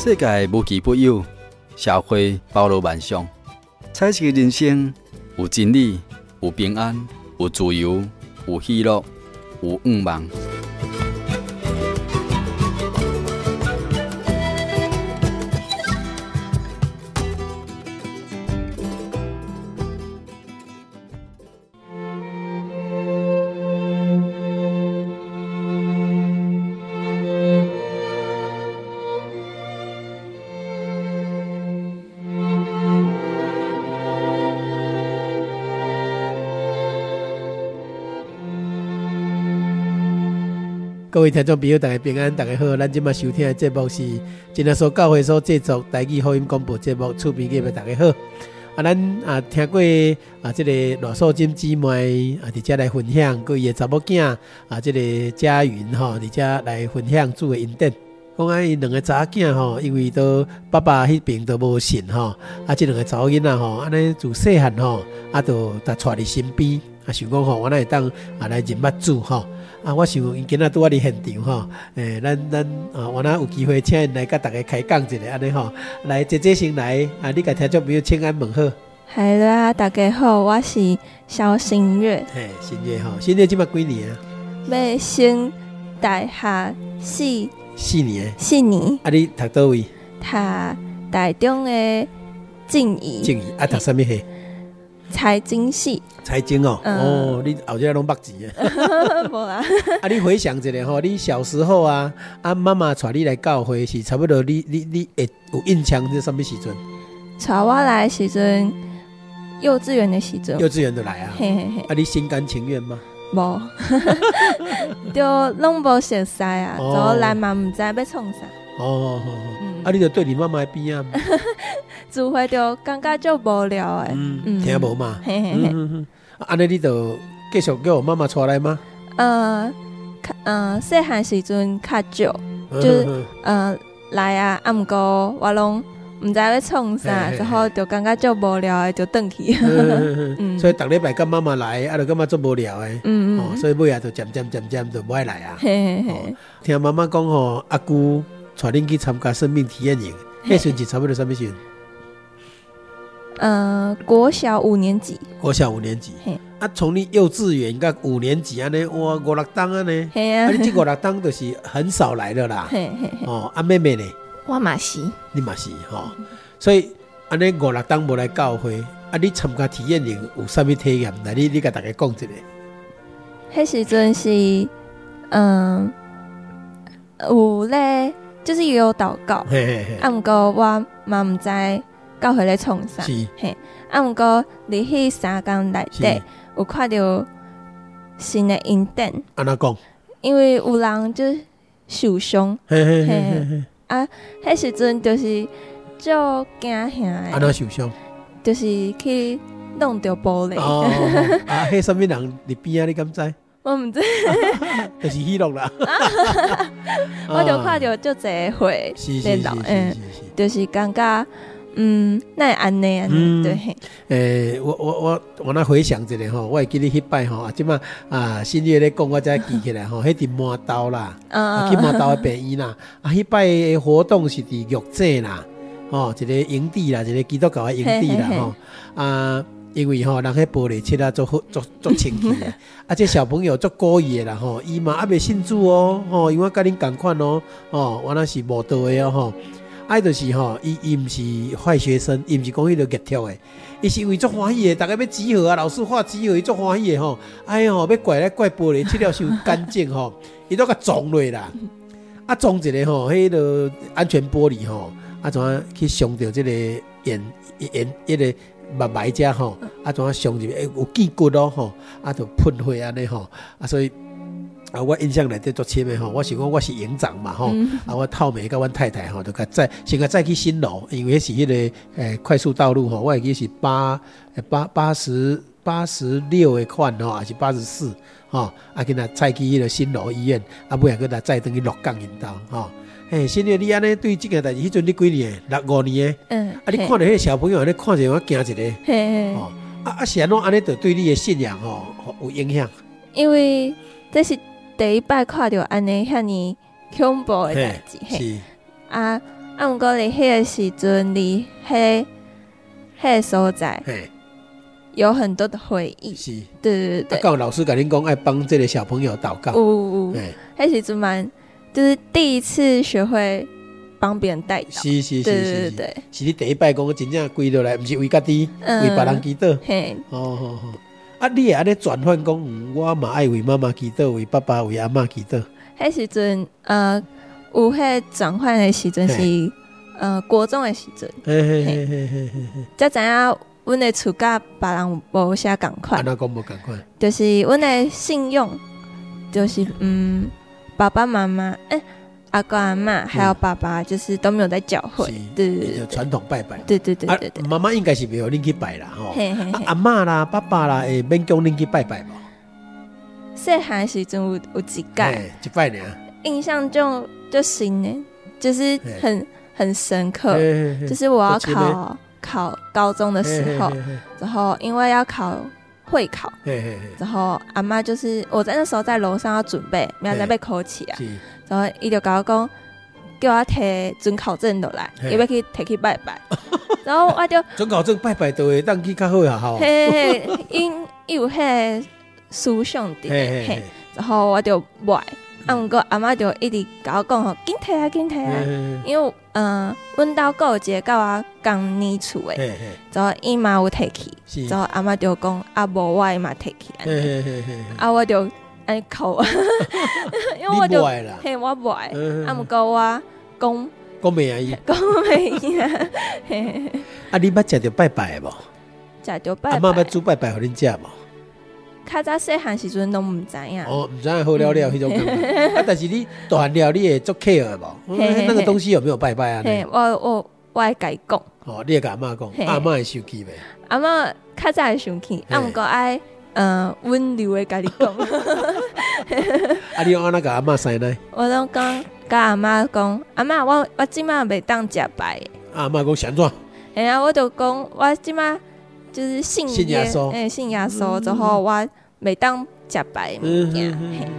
世界无奇不有，社会包罗万象，彩色的人生有真理，有平安，有自由，有喜乐，有愿望。 各位听众朋友，大家平安，大家好。咱今麦收听的节目是真耶稣教会所制作台语福音广播节目，厝边各位大家好。咱听过这个罗素金姊妹伫遮来分享，佮伊的查某囝这个佳云吼，伫遮来分享主的恩典。讲伊两个查囝吼，因为都爸爸迄边都无信吼，这两个查某囡仔吼，安尼自细汉吼，都带伫身边，想讲吼，我哪会当来认捌主吼。我想因今仔拄伫现场吼，咱我哪有机会请因来甲大家开讲一下，安尼吼，来姐先来你甲听众朋友请安问好。 系啦，大家好，我是肖新月。 嘿，新月吼，新月即摆几年啊？ 要升大学4 年。 4年。 你读倒位？ 读台中的静宜。 读什么系？ 财经系。 财经哦，你后头拢捌字啊？无啦。 你回想一下吼，你小时候妈妈带你来教会是差不多你会有印象是什么时阵？ 带我来的时阵，幼稚园的时阵。 幼稚园就来啊？ 嘿嘿嘿。 你心甘情愿吗？ 无，就拢无熟悉啊，走来嘛唔知要创啥。你就对你妈妈的边啊？ 自会就感觉就无聊诶， 听无嘛？安尼你就继续叫我妈妈出来吗？ 细汉时阵较少，就是来啊，毋过我拢毋知要创啥，然后就感觉就无聊诶，就转去。 所以逐礼拜跟妈妈来，就感觉足无聊诶。所以尾仔就渐渐就不爱来啊。听妈妈讲吼，阿姑带恁去参加生命体验营，迄时是差不多什么时阵？ 国小5年级。 国小5年级。从你幼稚园到5年级安尼，哇，5-6档安尼。你这5-6档就是很少来了啦。妹妹呢？ 我嘛是。 你嘛是吼，所以安尼5-6档无来教会，你参加体验营有啥物体验？来，你甲大家讲一下。 迄时阵是有咧，就是也有祷告。毋过我嘛毋知教会咧创啥，嘿，毋过伫迄3工内底有看到新的恩典。 安怎讲？ 因为有人就受伤，迄时阵就是就惊吓的。 安怎受伤？ 就是去弄到玻璃。 迄什么人伫边啊？你敢知？ 我毋知。 就是希洛啦。 我就看到就这回电脑，就是感觉。那会安尼对。 我那回想一下吼，我会记得迄摆吼，即马新月咧讲，我才记起来吼，迄伫麻豆啦，去麻豆的病院啦，迄摆的活动是伫玉井啦，一个营地啦，一个基督教的营地啦吼，因为吼人迄玻璃切足清气的，这小朋友足故意的啦吼，伊嘛还未信主哦，因为我甲恁同款哦，我那是无道的哦吼。就是吼，伊毋是坏学生，伊毋是讲迄个逆跳的，伊是因为足欢喜的，大家要集合啊，老师画集合，伊足欢喜的吼。要怪来怪玻璃，切了伤干净吼，伊都甲撞落啦，撞一个吼，迄个安全玻璃吼，怎啊去伤到这个眼迄个目遮吼，怎啊伤入有见骨咯吼，就喷血安尼吼，所以。我印象内底足深的吼，我想讲我是营长嘛吼，我套妹甲阮太太吼，就甲先甲载去新楼，因为迄是迄个快速道路吼，我会记是86的款吼，还是84吼，给他载去迄个新楼医院，尾仔给他载登去鹿港因兜吼。新月你安尼对这件代志，迄阵你几年？65年的。你看到迄个小朋友安尼看着我惊一个，是安怎安尼就对你的信仰吼有影响？ 因为这是。第一摆看到安尼遐尼恐怖的代志， 啊，毋过伫迄个时阵，离迄个所在，有很多的回忆。 是， 对。 啊，有老师甲恁讲爱帮这个小朋友祷告。 有，迄时阵蛮就是第一次学会帮别人代祷。 是， 对。 是你第一摆讲真正跪落来，毋是为家己，为别人祈祷。 嘿， 哦。啊，你会安尼转换讲，我嘛爱为妈妈祈祷，为爸爸、为阿嬷祈祷。 迄时阵，有迄转换的时阵是，国中的时阵。才知影，阮的厝甲别人无啥共款。 安怎讲无共款？ 就是阮的信用，就是爸爸妈妈，阿公阿嬷还有爸爸，就是都没有在教会，对， 传统拜拜， 对。 妈妈应该是没有恁去拜啦，吼。阿嬷啦、爸爸啦，会勉强恁去拜拜无？ 细汉时阵有一届， 一摆呢， 印象就深呢，就是很深刻，就是我要考高中的时候，然后因为要考会考，然后阿嬷就是我在那时候在楼上要准备，明仔载要考试啊。然后伊就甲我讲，叫我摕准考证落来，伊要去摕去拜拜。然后我就准考证拜拜就会当去较好学校。 嘿，因有迄个思想伫，然后我就买。啊，毋过阿嬷就一直甲我讲吼，紧摕啊，紧摕啊。因为阮兜有一个甲我同年厝诶，然后伊嘛有摕去，然后阿嬷就讲啊，无我嘛摕去。啊，我就安尼哭，因为我就嘿我不爱，啊毋过我讲袂啊， 讲袂啊， 啊你捌食着拜拜无？ 食着拜拜， 阿嬷捌煮拜拜互恁食无？ 较早细汉时阵拢毋知影， 毋知影好了迄种啊，但是你大汉了，你会做 care 无？那个东西有没有拜拜啊？ 我会甲伊讲， 你会甲阿嬷讲，阿嬷会生气袂？ 阿嬷较早会生气，啊毋过爱温柔的甲你讲。 啊，你用安怎甲阿嬷塞呢？ 我拢讲甲阿嬷讲，阿嬷我即马袂当食拜。 阿嬷讲想怎？ 哎呀，我就讲我即马就是信耶稣， 信耶稣之后，我袂当食拜物件。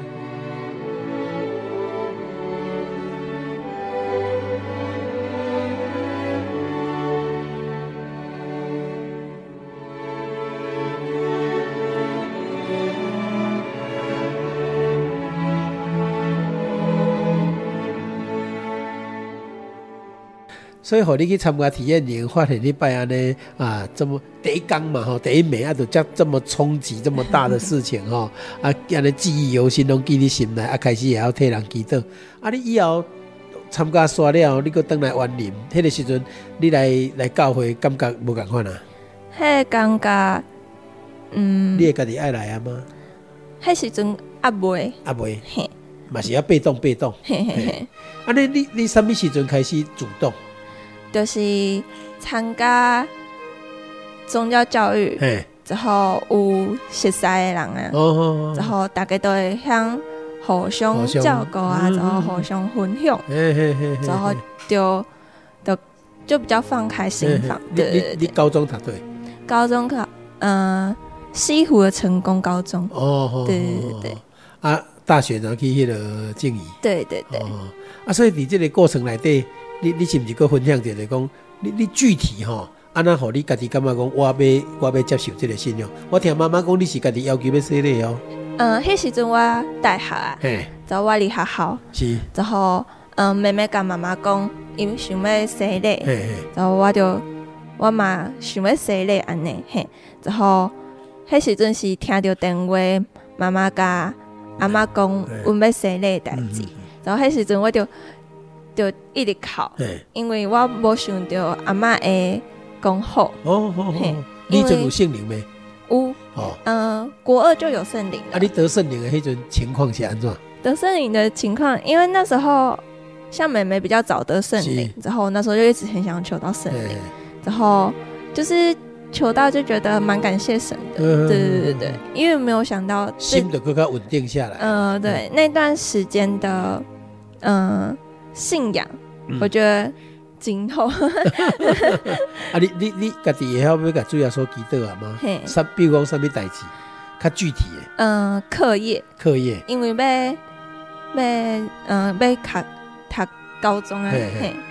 所以，互你去参加体验营，发现你拜安尼啊，这么第一天嘛吼，第一暝啊，就这么冲击这么大的事情吼，啊，安尼记忆犹新，拢记你心内，啊，开始也要替人祈祷。啊，你以后参加煞了，你搁回来园林，迄个时阵你来教会，感觉无共款啊？ 迄个感觉， 你会家己爱来啊吗？ 迄时阵袂， 嘿，嘛是要被动。嘿，啊，你什么时阵开始主动？ 就是参加宗教教育，然后有熟悉的人啊，然后大家都会向互相照顾啊，然后互相分享，然后就比较放开心房。 你高中读对？ 高中考西湖的成功高中。对。 啊，大学然后去迄个静宜。对。啊，所以你这个过程内底。你是不是搁分享一下讲，你具体吼，安那互你家己感觉讲，我要接受这个信仰。我听妈妈讲，你是家己要求要洗礼哦。 迄时阵我大学啊，然后我离学校， 是， 然后妹妹甲妈妈讲，伊想要洗礼，然后我嘛想要洗礼安尼，然后迄时阵是听到电话，妈妈甲阿嬷讲，阮要洗礼代志，然后迄时阵我就一直哭，因为我无想到阿嬷会讲好。 你阵有圣灵没？ 有。国2就有圣灵了。 啊，你得圣灵的迄阵情况是安怎？ 得圣灵的情况，因为那时候像妹妹比较早得圣灵，然后那时候就一直很想求到圣灵，然后就是求到就觉得蛮感谢神的。对，因为没有想到心就更加稳定下来。 对，那段时间的信仰，我觉得今后啊，你家己会晓要甲主耶稣祈祷啊吗？比如讲什么代志，较具体的。 课业，因为要读高中啊，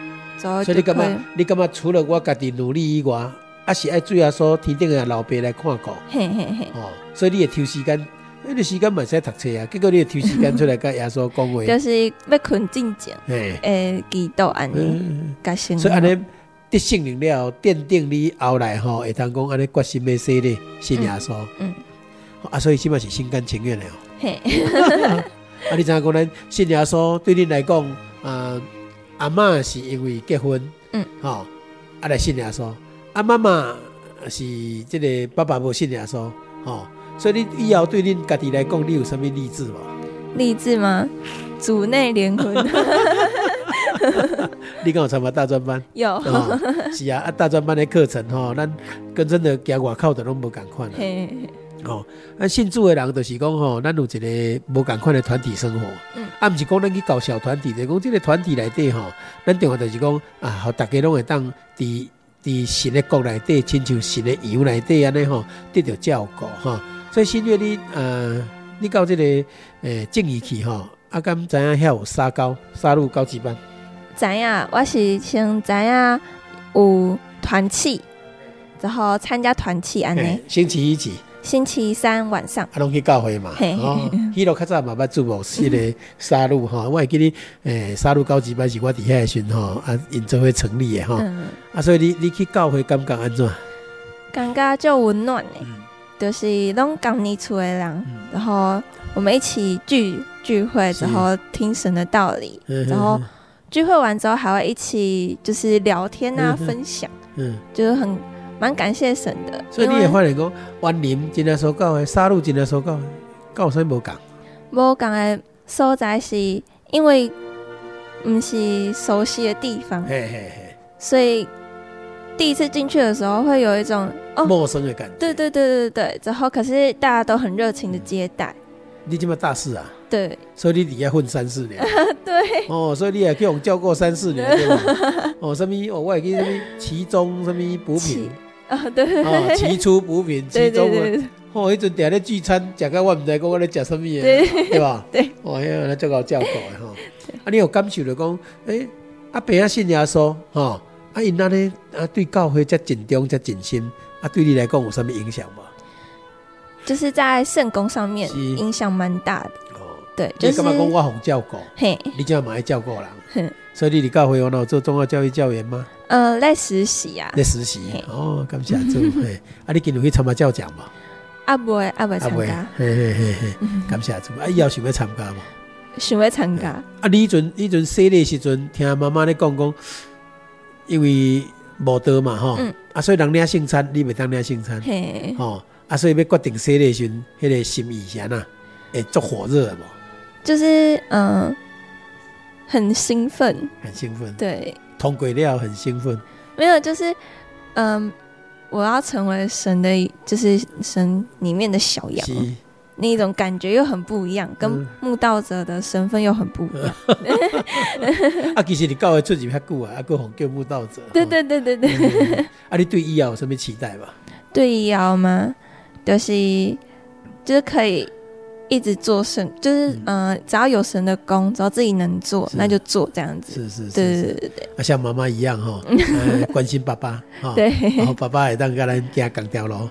后所以你感觉除了我家己努力以外，还是爱主耶稣天顶的老爸来看顾。 嘿嘿嘿。 所以你会抽时间，你时间嘛使读册啊，结果你会抽时间出来跟耶稣讲话。 就是要困静静，祈祷安尼，甲圣。 所以安尼得圣灵了，奠定你后来会当讲安尼决心要洗礼信耶稣。所以起码是心甘情愿的嘿。 你知影讲咱信耶稣对你来讲，阿嬷是因为结婚，来信耶稣。妈妈是这个爸爸无信耶稣，所以你以后对恁家己来讲，你有什么励志无？ 励志吗？主内联婚。 你敢有参加大专班？ 有。 是啊，大专班的课程咱跟真的行外口的拢无共款。信主的人就是讲咱有一个无共款的团体生活。不是讲咱去搞小团体，就是讲这个团体内底咱重要就是讲互大家拢会当伫神的国内底，亲像神的羊内底安尼得到照顾所以新月你到这个正义去敢知影遐有沙鹿高级班？ 知影，我是先知影有团契，然后参加团契安尼。 星期一起。 星期三晚上， 拢去教会嘛。迄落较早嘛捌注目迄个沙鹿我会记你沙鹿高级班是我伫遐的时阵因做伙成立的所以你去教会感觉安怎？ 感觉就温暖的，就是拢共你厝的人，然后我们一起聚会，然后听神的道理，然后聚会完之后还会一起就是聊天分享，就是蛮感谢神的。 所以你也发现讲，湾林真耶稣教会，沙鹿真耶稣教会，有啥无共？ 无共的所在是因为不是熟悉的地方，所以第一次进去的时候会有一种陌生的感觉。 对，然后可是大家都很热情的接待。 你这么大四啊？ 对， 所以你底下混3-4年。 对。 所以你也去用教过3-4年，对吧？什么？我也记什么其中什么补品。 对。 其出补品，其中迄阵定咧聚餐，食到我唔知讲我咧食什么嘢，对吧？ 对。 那足够照顾的你有感受到讲，阿伯啊信耶稣，因安尼对教会遮尽忠遮尽心，对你来讲有什么影响吗？ 就是在圣工上面影响蛮大的。对，就是你干嘛讲我哄照顾？你这样蛮爱照顾人。所以你教会有做宗教教育教员吗？ 在实习啊。 在实习感谢主。你今日去参加教奖吗？ 不会参加。 感谢主。以后想要参加吗？ 想要参加。 你迄阵洗礼时阵，听妈妈咧讲，因为无道嘛所以人领圣餐，你袂当领圣餐。所以要决定洗礼时阵，迄个心意是安那会足火热的无？ 就是很兴奋。对。 通过了很兴奋。 没有，就是我要成为神的，就是神里面的小羊，那一种感觉又很不一样，跟慕道者的身份又很不一样。 其实你教会出入遐久还还叫慕道者。 对。 你对以后有什么期待吗？ 对以后吗？就是可以一直做神，就是只要有神的工，只要自己能做，那就做这样子。 是。 对。 像妈妈一样关心爸爸对， 然后爸爸会当跟咱行同条路。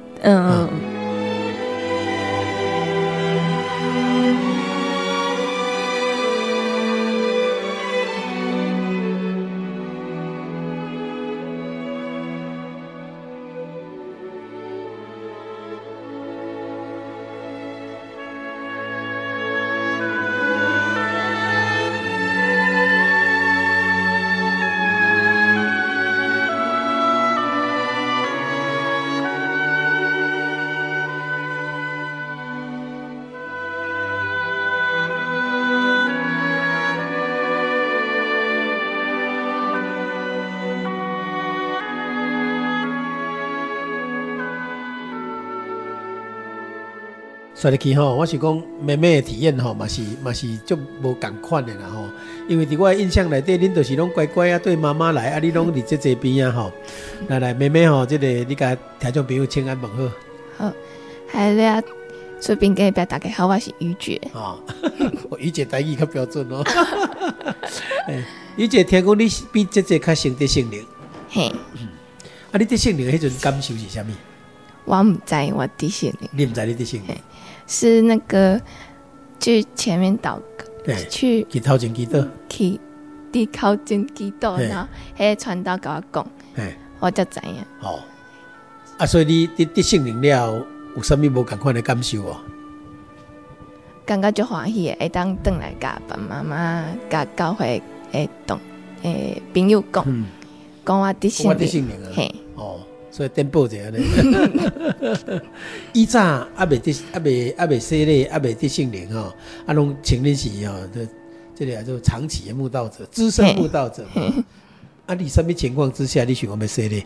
说入去我是讲妹妹的体验嘛是足无共款的啦因为伫我的印象内底，恁就是拢乖乖对妈妈来你拢伫这边来妹妹这个你甲听众朋友请安问好。 好，系咧， 顺便跟表大家好，我是于姐。 我于姐台语较标准哦。于姐听讲你比姐姐较先得圣灵。 嘿。 你得圣灵迄阵感受是啥物？ 我唔知我得圣灵。 你唔知你得圣灵？ 是那个去前面祷告，去头前祈祷， 去头前祈祷，然后迄传道甲我讲，我才知影。 所以你得圣灵了，有啥物无共款的感受哦？ 感觉就欢喜的，会当转来甲爸妈妈、甲教会朋友讲，讲我得圣灵啊。所以颠簸者安尼。以早未洗礼，未得圣灵吼，拢承认是吼，这个叫做长期的慕道者、资深慕道者。你什么情况之下你想要洗礼？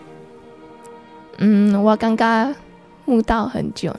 我感觉慕道很久。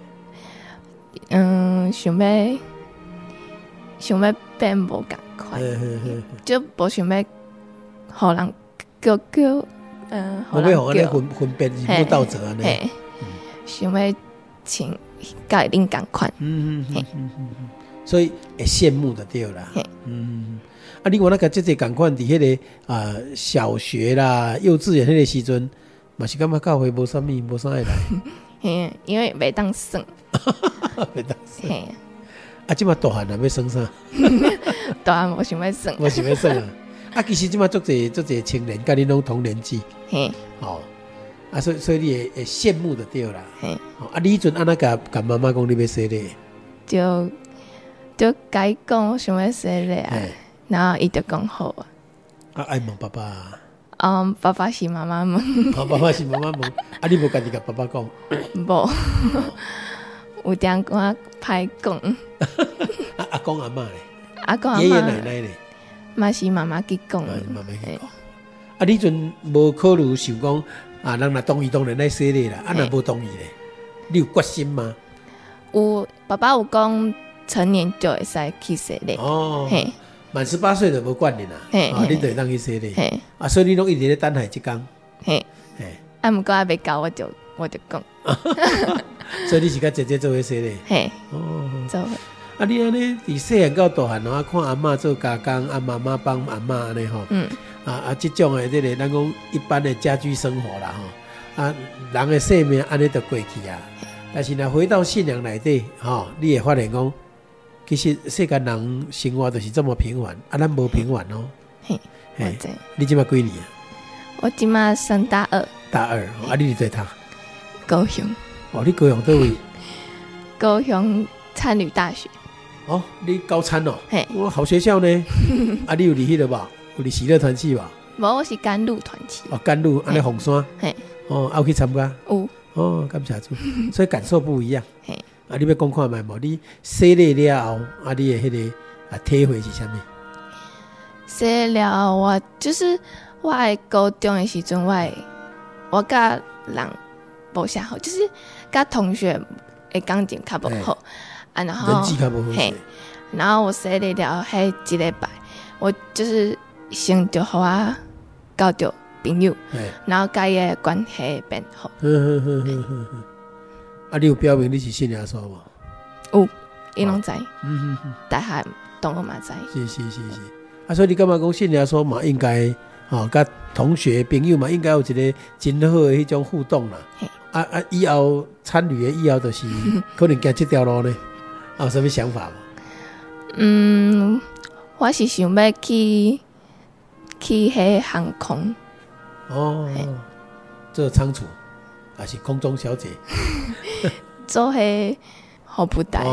想要变无共款，就无想要互人叫。 我要互安尼分辨是慕道者安尼， 想要请甲恁共款， 所以会羡慕的对啦。另外那个这共款伫迄个小学啦、幼稚园迄个时阵，嘛是感觉教会无啥物，无啥会来。 因为袂当算， 袂当算。即马大汉啊，要算啥？ 大汉无想要算， 无想要算啊。其实即马足侪青年，甲你拢同年纪。所以你会羡慕的对啦。你迄阵安那甲妈妈讲你要洗礼？ 就甲伊讲我想要洗礼啊，然后伊就讲好啊。 爱问爸爸。 爸爸是妈妈问。 爸爸是妈妈问。你无家己甲爸爸讲？ 无。有点我歹讲。 阿公阿嬷咧？ 阿公阿嬷。 爷爷奶奶咧？ 嘛是妈妈去讲。 妈妈去讲。你阵无考虑想讲人若同意当然来洗礼啦，若无同意咧，你有决心吗？ 有，爸爸有讲成年就会使去洗礼。 满18岁就无管你啦，你就会当去洗礼。所以你拢一直咧等待即天。 毋过还袂到，我就讲。 所以你是甲姐姐做伙洗礼？ 做伙。 你安尼伫细汉到大汉看阿嬷做家工，妈妈帮阿嬷安尼吼。这种的这个咱讲一般的家居生活啦吼，人的生命安尼就过去啊。但是呢，回到信仰内底你会发现讲，其实世间人生活就是这么平凡，咱无平凡哦。你今麦几年啊？ 我今麦升大二。 大二，你伫在读？ 高雄。 你高雄倒位？ 高雄餐旅大学。 你高餐哦？好学校呢。你有伫迄个吧？有伫喜乐团契吧？ 无，我是甘露团契。 甘露安尼红山。有去参加？ 有。 感谢主。所以感受不一样。你要讲看卖无？你洗礼了后，你的迄个体会是啥物？ 洗了，我就是我的高中的时阵，我甲人无啥好，就是甲同学的感情较无好。然后人际较无好。 然后我洗礼了，迄一礼拜，我就是先就互我交到朋友，然后甲伊的关系变好。 你有表明你是信耶稣无？ 有，伊拢知。大汉同学嘛知。 是。所以你感觉讲信耶稣嘛，应该甲同学朋友嘛，应该有一个真好的迄种互动啦。以后参与的以后，就是可能行这条路呢。有什么想法吗？ 我是想要去迄航空。 做仓储还是空中小姐？ 做迄服务台。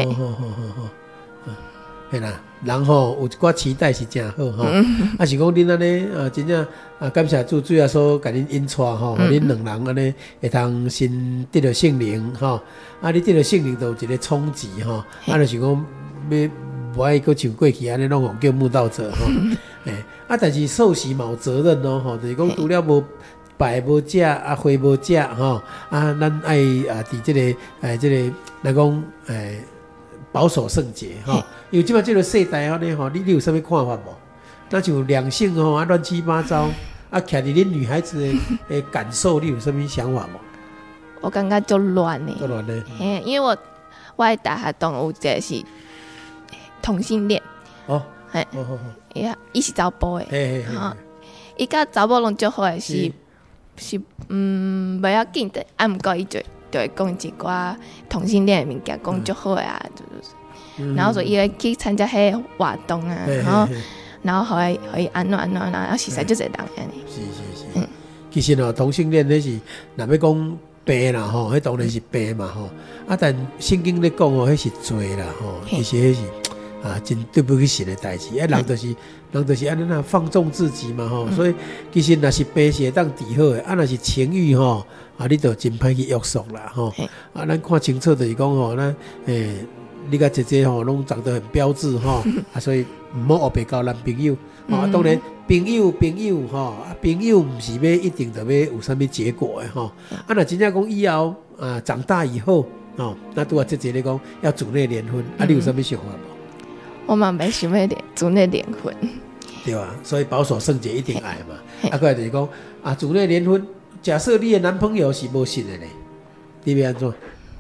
嘿啦，人吼有一寡期待是真好吼。是讲恁安尼真正感谢主，主要说甲恁引带吼，恁两人安尼会通先得到圣灵吼。你得到圣灵，就有一个冲击吼。就是讲要无爱搁像过去安尼拢互叫慕道者吼。但是受洗嘛有责任咯就是讲除了无拜无食花无食吼咱爱伫这个来讲保守圣洁因为即摆这个世代你有啥物看法无？那像两性乱七八糟徛伫恁女孩子的感受，你有啥物想法无？ 我感觉就乱就乱呢。 因为我的大学同有一个是同性恋。 哦， 嘿，伊是查甫的，吼，伊甲查某拢足好诶，是袂要紧的，毋过伊就会讲一寡同性恋的物件，讲足好诶啊，然后所以伊会去参加迄个活动啊，然后互伊安怎，然后实在就是人安尼。 是。其实同性恋那是若要讲病啦吼，迄当然是病嘛吼。但圣经咧讲迄是罪啦吼，其实迄是真对不起神的代志。人就是安尼啦，放纵自己嘛吼。所以其实若是病是会当治好的，若是情欲吼，你就真歹去约束啦吼。咱看清楚就是讲吼，咱你甲姐姐吼拢长得很标致吼，所以唔好学白交男朋友。当然朋友吼，朋友唔是要一定就要有啥物结果的吼。若真正讲以后长大以后那拄啊姐姐咧讲要组内联婚，你有啥物想法无？ 我嘛没想要组内联婚， 对啊，所以保守圣洁一定爱嘛。过来就是讲组内联婚，假设你的男朋友是无信的咧，你要安怎？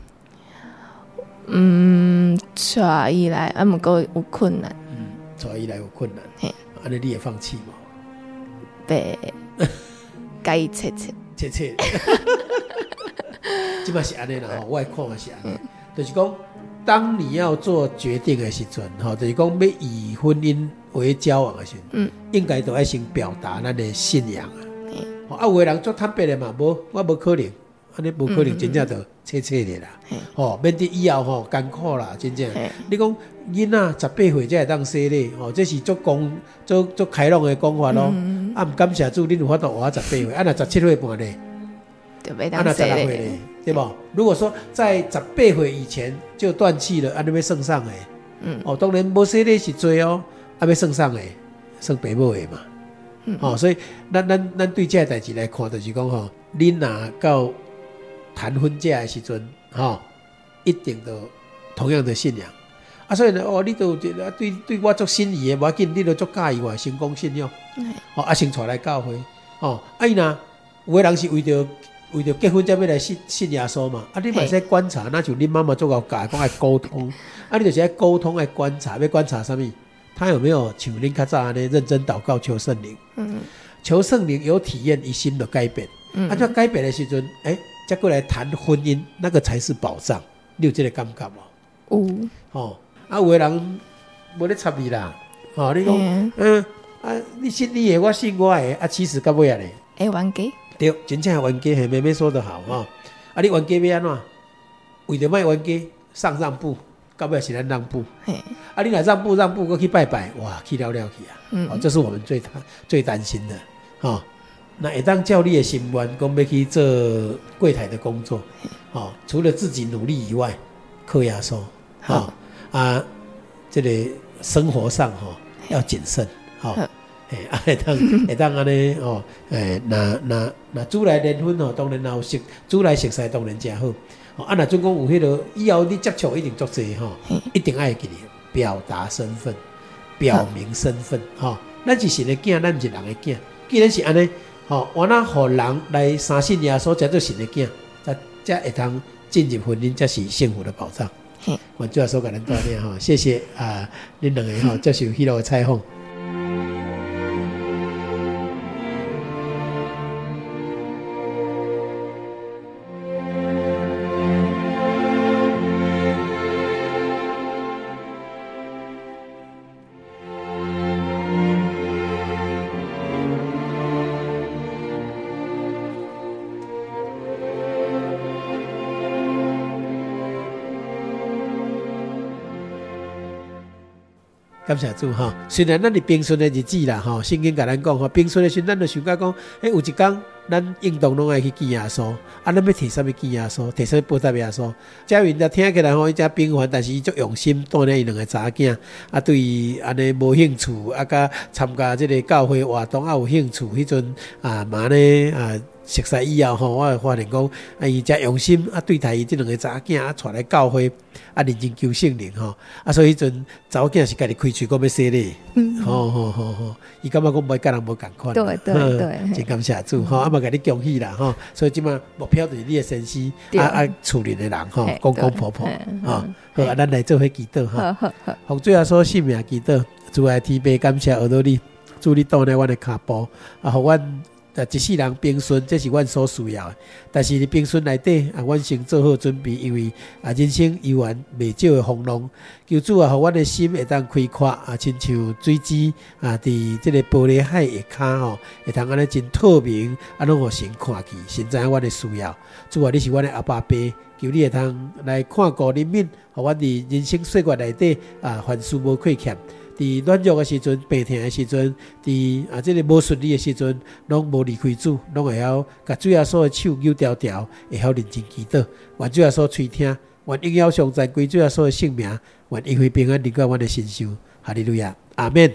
带伊来，毋过有困难。 带伊来有困难，安尼你会放弃无？ 袂，甲伊切。 即摆是安尼啦吼，我的看法是安尼，就是讲，当你要做决定的时阵，就是讲要以婚姻为交往的时阵，应该都要先表达咱的信仰啊。有的人做坦白的嘛，我无可能，安尼无可能，真正就切的啦。免得以后艰苦啦，真正。你讲囡仔18岁才会当生咧，这是足开朗的讲法咯。唔感谢主，恁有法度活18岁，若17岁半咧。12岁对不？如果说在18岁以前就断气了，你要算上的。当然无说的是罪哦，要算上的，算爸母的嘛。所以咱对这代志来看，就是讲恁若到谈婚嫁的时阵，一定都同样的信仰。所以呢，你都对我足心仪的，无要紧，你都足介意我成功信用。先带来教会。伊若有的人是为着结婚才要来信耶稣嘛，你嘛使观察，那就恁妈妈做到教讲爱沟通，你就是爱沟通爱观察，要观察什么？他有没有像恁较早安尼认真祷告求圣灵？求圣灵有体验，一心的改变。这改变的时阵，再过来谈婚姻，那个才是保障。你有这个感觉无？有的人无咧插你啦，你讲你信你的，我信我的，其实到尾啊咧， 冤家。 对，真正冤家，妹妹说得好你冤家要安怎？为着卖冤家让步，到尾是咱让步。你若让步，搁去拜拜，哇，去了去啊！这是我们最担心的。那会当叫你的心愿，讲要去做柜台的工作，除了自己努力以外，靠耶稣。这个生活上要谨慎。会当安尼那主来联婚当然有主来熟悉当然真好。若准讲有迄个以后你接触一定足济一定爱记表达身份，表明身份咱是神的囝，咱不是人的囝。既然是安尼我那互人来相信耶稣，才做神的囝，才会当进入婚姻，才是幸福的保障。我主要说给咱锻炼谢谢恁两个接受迄个采访。感谢主虽然咱是平顺的日子啦圣经甲咱讲平顺的时阵，咱就想讲有一天咱应当拢爱去见耶稣咱要摕啥物见耶稣，摕啥物报答耶稣。这云听起来伊真平凡，但是伊足用心锻炼伊两个查囝对于安尼无兴趣甲参加这个教会活动有兴趣，迄阵嘛呢熟悉以后吼，我会发现讲，伊遮用心对待伊即两个查囝带来教会认真求圣灵吼，所以迄阵查某囝是家己开喙讲要洗礼，吼，伊感觉讲甲人无共款， 对， 真感谢主吼，嘛甲你恭喜啦吼，所以即马目标就是你的先生厝里的人吼，公公婆婆吼，好，咱来做伙祈祷哈，奉主耶稣圣名祈祷，主爱天父感谢学到你，主你挡在阮的骹步，互阮。一世人平顺，这是阮所需要的。但是你平顺内底，阮先做好准备，因为人生悠远未少的风浪。求主互阮的心会当开阔，亲像水珠伫这个玻璃海下骹吼，会通安尼真透明，拢互神看去，神知影阮的需要。主啊，你是阮的阿爸爸，求你会通来看顾人民，互阮伫人生岁月内底凡事无亏欠。伫软弱的时阵、病痛的时阵、伫这个无顺利的时阵，拢无离开主，拢会晓甲主耶稣的手扭条条，会晓认真祈祷。愿主耶稣垂听，愿荣耀上在归主耶稣的圣名，愿恩惠平安临到阮的身上。哈利路亚，阿们。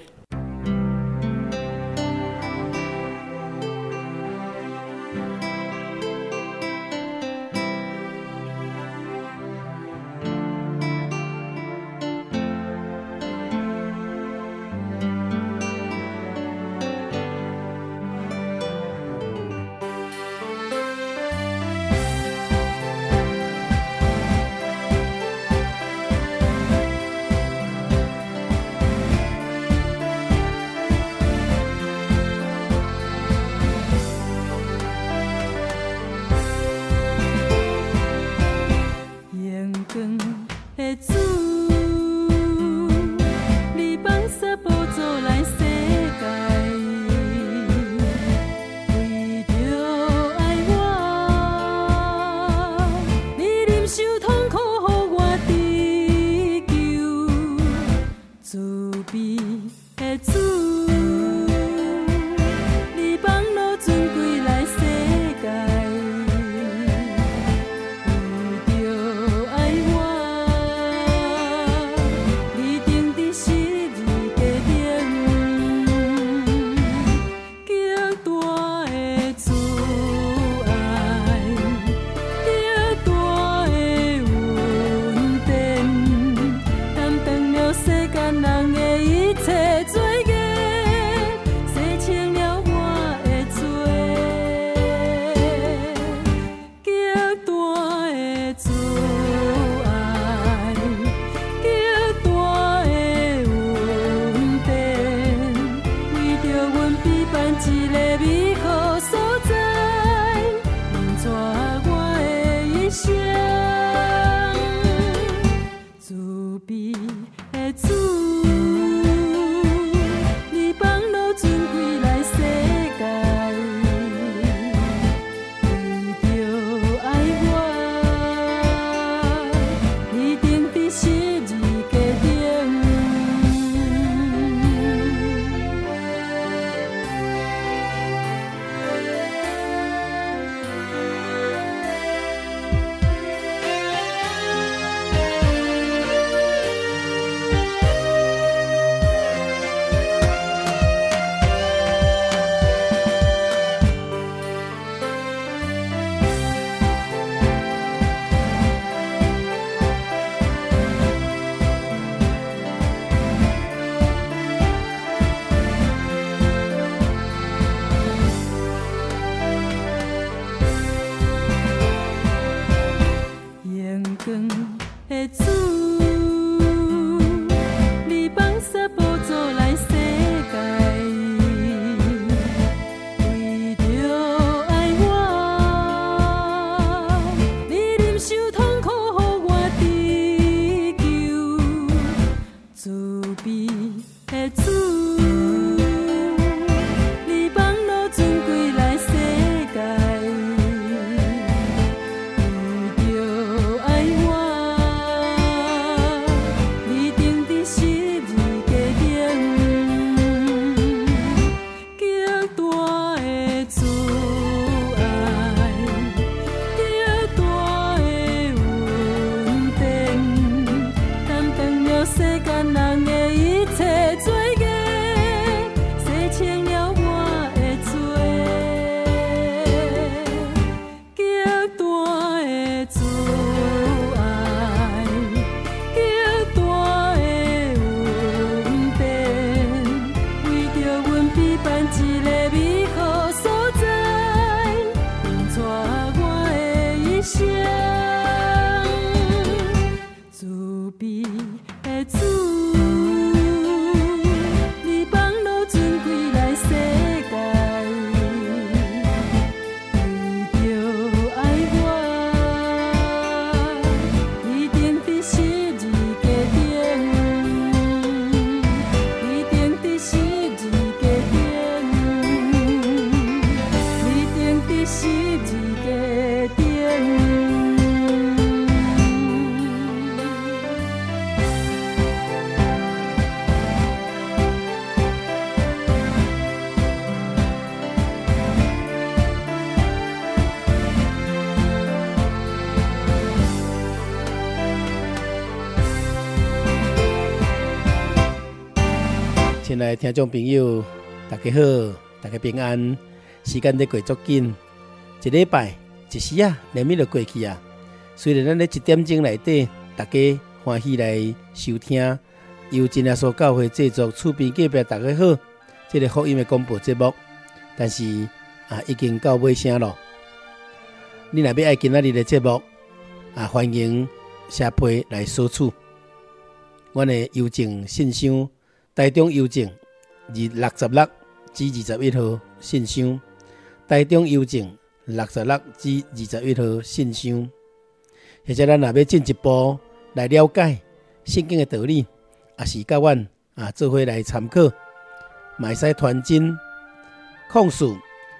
亲爱的听众朋友，大家好，大家平安。时间在过足紧，一礼拜一时啊，连绵就过去啊。虽然咱在1点钟内底，大家欢喜来收听由真耶稣教会制作厝边隔壁大家好这个福音的广播节目，但是已经到尾声了。你若要爱今仔日的节目欢迎写批来索取。阮的邮政信箱。台中邮政66至21号信箱，台中邮政66至21号信箱。或者咱若要进一步来了解圣经的道理，也是甲阮做伙来参考，嘛会使传真控诉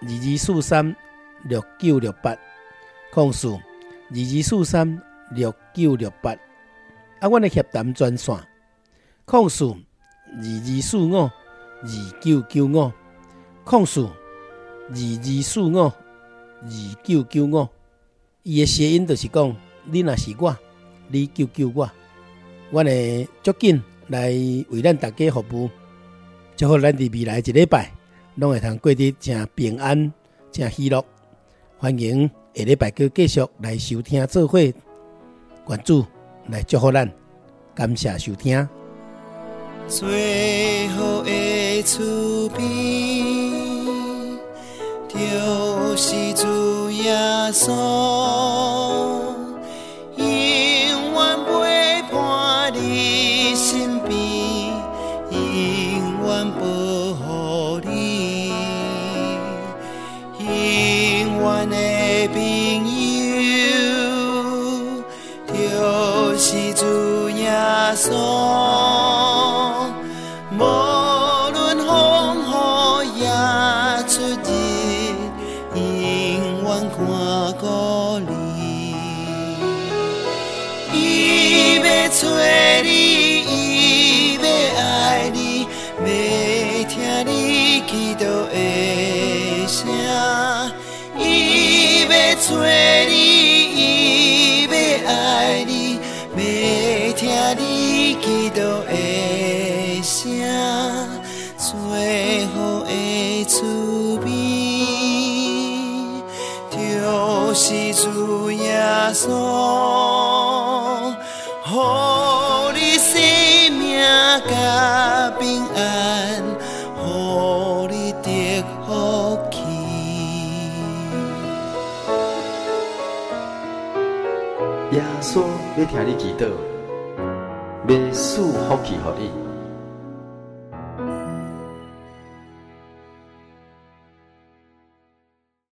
22436968，控诉22436968。阮的协谈专线控诉22452995，控诉22452995。伊的谐音就是讲，你若是我，你救救我。阮会足紧来为咱大家服务，祝福咱伫未来一礼拜，拢会通过得真平安、真喜乐。欢迎下礼拜继续来收听做伙，愿主来祝福咱，感谢收听。 最后的厝边，就是主耶稣，永远陪伴你身边，永远保护你，永远的朋友，就是主耶稣。无论风雨也出日，永远看顾你。伊要找你，伊要爱你，要听你祈祷的声。伊要找你，伊要爱你，要听你祈祷的声。最好的厝边，就是主耶稣，予你生命甲平安，予你得福气。 耶稣要听你祈祷，要赐福气予你。